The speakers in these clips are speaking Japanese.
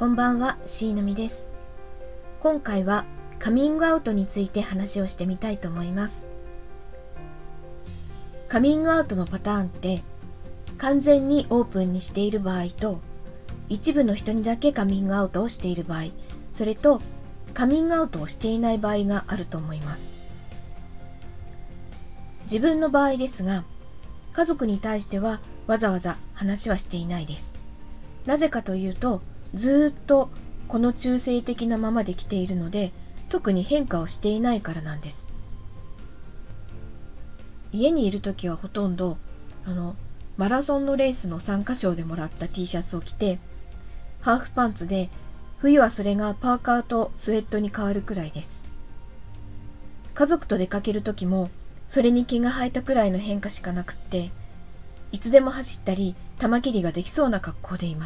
こんばんは、しのみです。今回はカミングアウトについて話をしてみたいと思います。カミングアウトのパターンって完全にオープンにしている場合と、一部の人にだけカミングアウトをしている場合、それとカミングアウトをしていない場合があると思います。自分の場合ですが、家族に対してはわざわざ話はしていないです。なぜかというと、ずっとこの中性的なままで来ているので、特に変化をしていないからなんです。家にいるときはほとんどマラソンのレースの参加賞でもらった T シャツを着て、ハーフパンツで、冬はそれがパーカーとスウェットに変わるくらいです。家族と出かけるときもそれに毛が生えたくらいの変化しかなくって、いつでも走ったり玉切りができそうな格好でいます。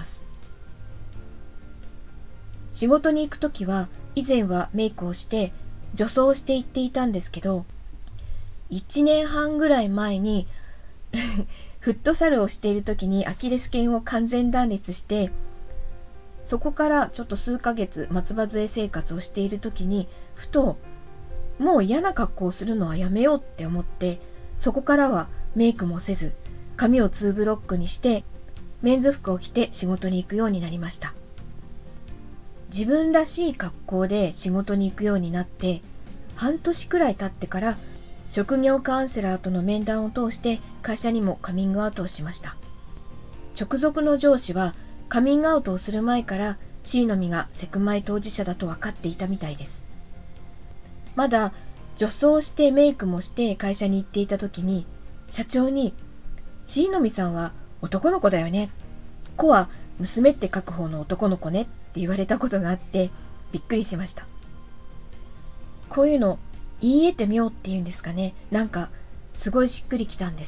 仕事に行くときは以前はメイクをして女装して行っていたんですけど、1年半ぐらい前にフットサルをしているときにアキレス腱を完全断裂して、そこからちょっと数ヶ月松葉杖生活をしているときに、ふともう嫌な格好をするのはやめようって思って、そこからはメイクもせず髪を2ブロックにしてメンズ服を着て仕事に行くようになりました。自分らしい格好で仕事に行くようになって半年くらい経ってから、職業カウンセラーとの面談を通して会社にもカミングアウトをしました。直属の上司はカミングアウトをする前からCのみがセクマイ当事者だと分かっていたみたいです。まだ女装してメイクもして会社に行っていた時に、社長にCのみさんは男の子だよね、子は娘って書く方の男の子ねって言われたことがあって、びっくりしました。こういうの言い得て妙っていうんですかね、なんかすごいしっくりきたんです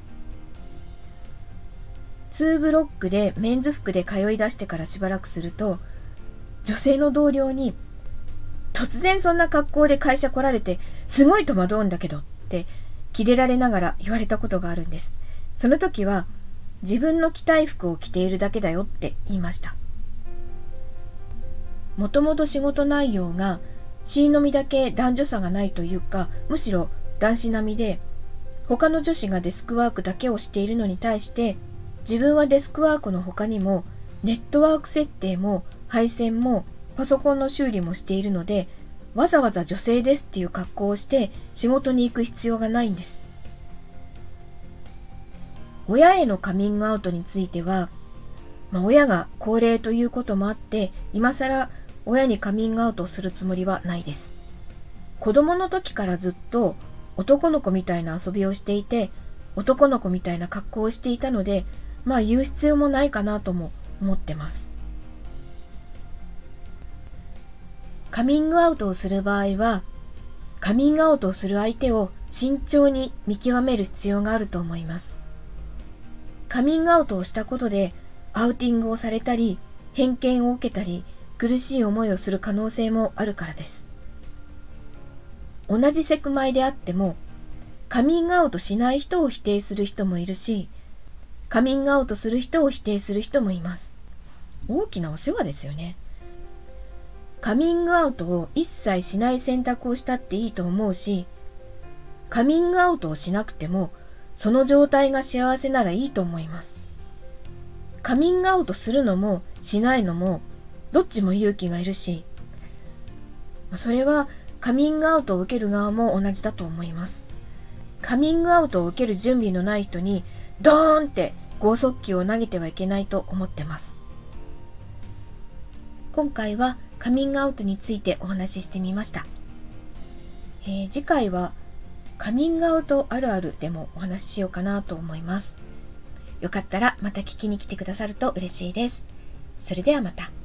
。2ブロックでメンズ服で通い出してからしばらくすると、女性の同僚に突然そんな格好で会社来られてすごい戸惑うんだけどってキレられながら言われたことがあるんです。その時は自分の着たい服を着ているだけだよって言いました。もともと仕事内容がCのみだけ男女差がないというか、むしろ男子並みで、他の女子がデスクワークだけをしているのに対して、自分はデスクワークの他にもネットワーク設定も配線もパソコンの修理もしているので、わざわざ女性ですっていう格好をして仕事に行く必要がないんです。親へのカミングアウトについては、親が高齢ということもあって、今更親にカミングアウトをするつもりはないです。子供の時からずっと男の子みたいな遊びをしていて、男の子みたいな格好をしていたので、言う必要もないかなとも思ってます。カミングアウトをする場合は、カミングアウトをする相手を慎重に見極める必要があると思います。カミングアウトをしたことでアウティングをされたり、偏見を受けたり、苦しい思いをする可能性もあるからです。同じセクマイであっても、カミングアウトしない人を否定する人もいるし、カミングアウトする人を否定する人もいます。大きなお世話ですよね。カミングアウトを一切しない選択をしたっていいと思うし、カミングアウトをしなくても、その状態が幸せならいいと思います。カミングアウトするのもしないのも、どっちも勇気がいるし、それはカミングアウトを受ける側も同じだと思います。カミングアウトを受ける準備のない人にドーンって剛速球を投げてはいけないと思ってます。今回はカミングアウトについてお話ししてみました。次回はカミングアウトあるあるでもお話ししようかなと思います。よかったらまた聞きに来てくださると嬉しいです。それではまた。